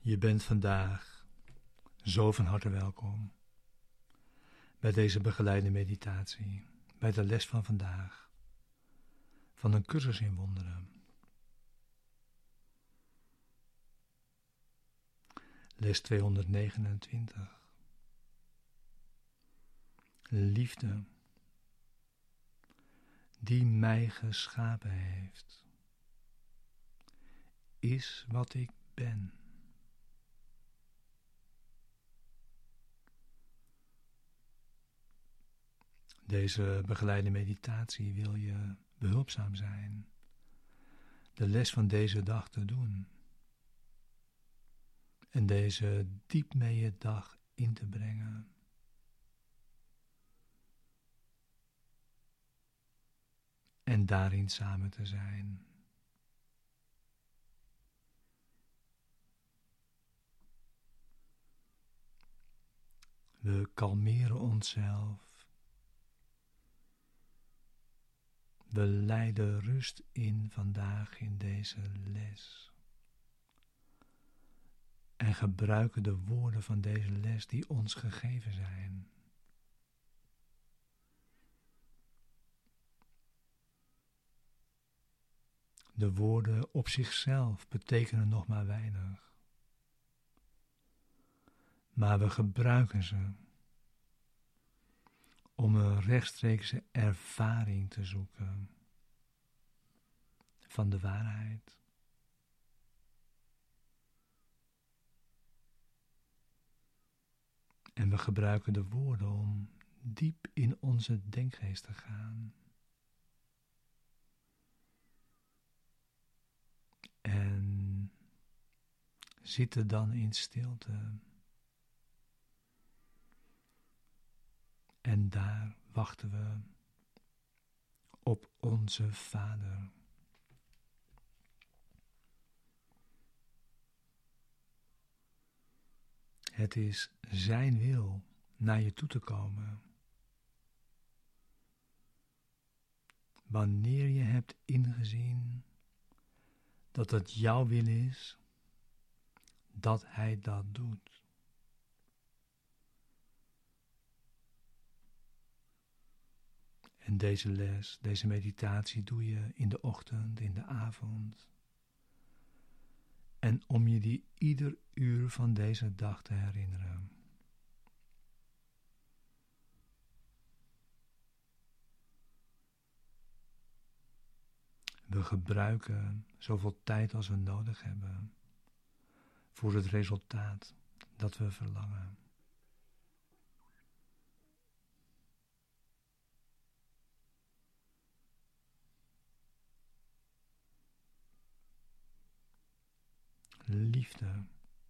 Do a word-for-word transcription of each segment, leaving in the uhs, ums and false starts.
Je bent vandaag zo van harte welkom bij deze begeleide meditatie, bij de les van vandaag, van een cursus in wonderen. Les tweehonderdnegenentwintig. Liefde die mij geschapen heeft, is wat ik ben. Deze begeleide meditatie wil je behulpzaam zijn, de les van deze dag te doen en deze diep mee je dag in te brengen. En daarin samen te zijn. We kalmeren onszelf. We leiden rust in vandaag in deze les. En gebruiken de woorden van deze les die ons gegeven zijn. De woorden op zichzelf betekenen nog maar weinig. Maar we gebruiken ze om een rechtstreekse ervaring te zoeken van de waarheid. En we gebruiken de woorden om diep in onze denkgeest te gaan. En zitten dan in stilte. En daar wachten we op onze Vader. Het is zijn wil naar je toe te komen. Wanneer je hebt ingezien dat het jouw wil is, dat hij dat doet. En deze les, deze meditatie doe je in de ochtend, in de avond. En om je die ieder uur van deze dag te herinneren. We gebruiken zoveel tijd als we nodig hebben voor het resultaat dat we verlangen. Liefde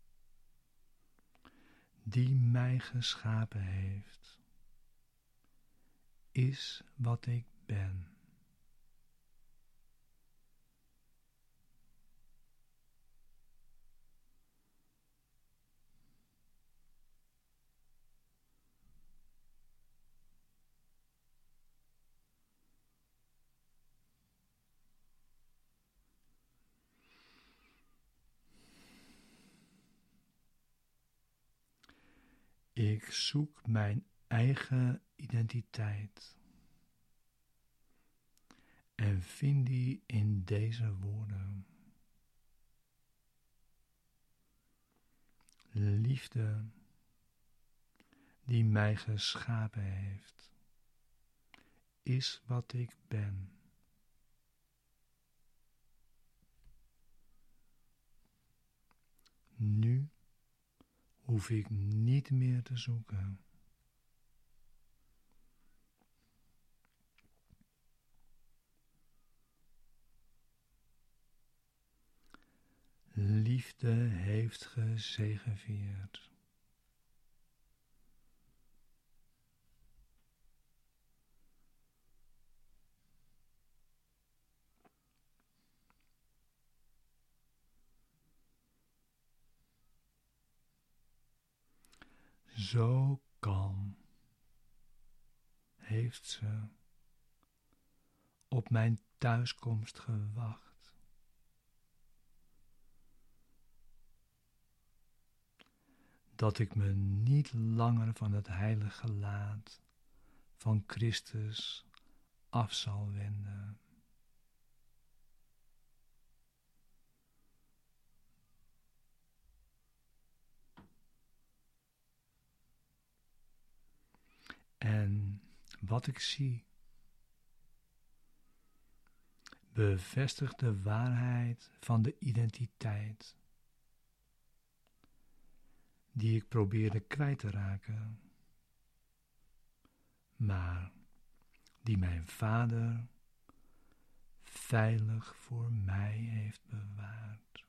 die mij geschapen heeft, is wat ik ben. Ik zoek mijn eigen identiteit en vind die in deze woorden. Liefde die mij geschapen heeft, is wat ik ben. Nu hoef ik niet meer te zoeken. Liefde heeft gezegevierd. Zo kalm heeft ze op mijn thuiskomst gewacht. dat ik me niet langer van het heilige gelaat van Christus af zal wenden. En wat ik zie, bevestigt de waarheid van de identiteit die ik probeerde kwijt te raken, maar die mijn Vader veilig voor mij heeft bewaard.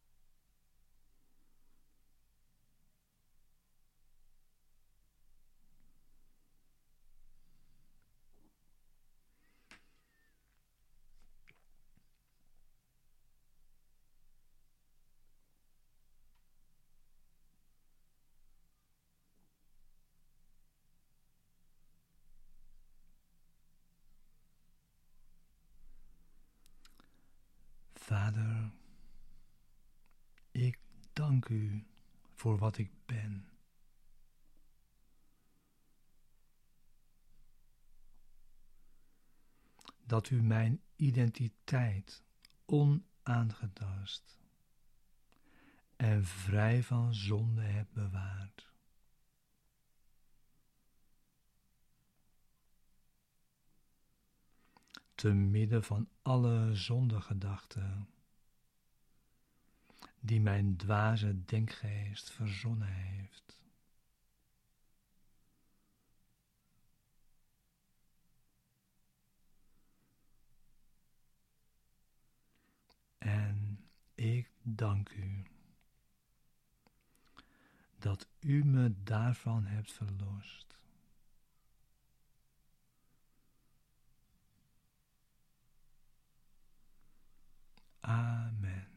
Vader, ik dank u voor wat ik ben. Dat u mijn identiteit onaangetast en vrij van zonde hebt bewaard. Te midden van alle zondegedachten die mijn dwaze denkgeest verzonnen heeft. En ik dank u dat u me daarvan hebt verlost. Amen.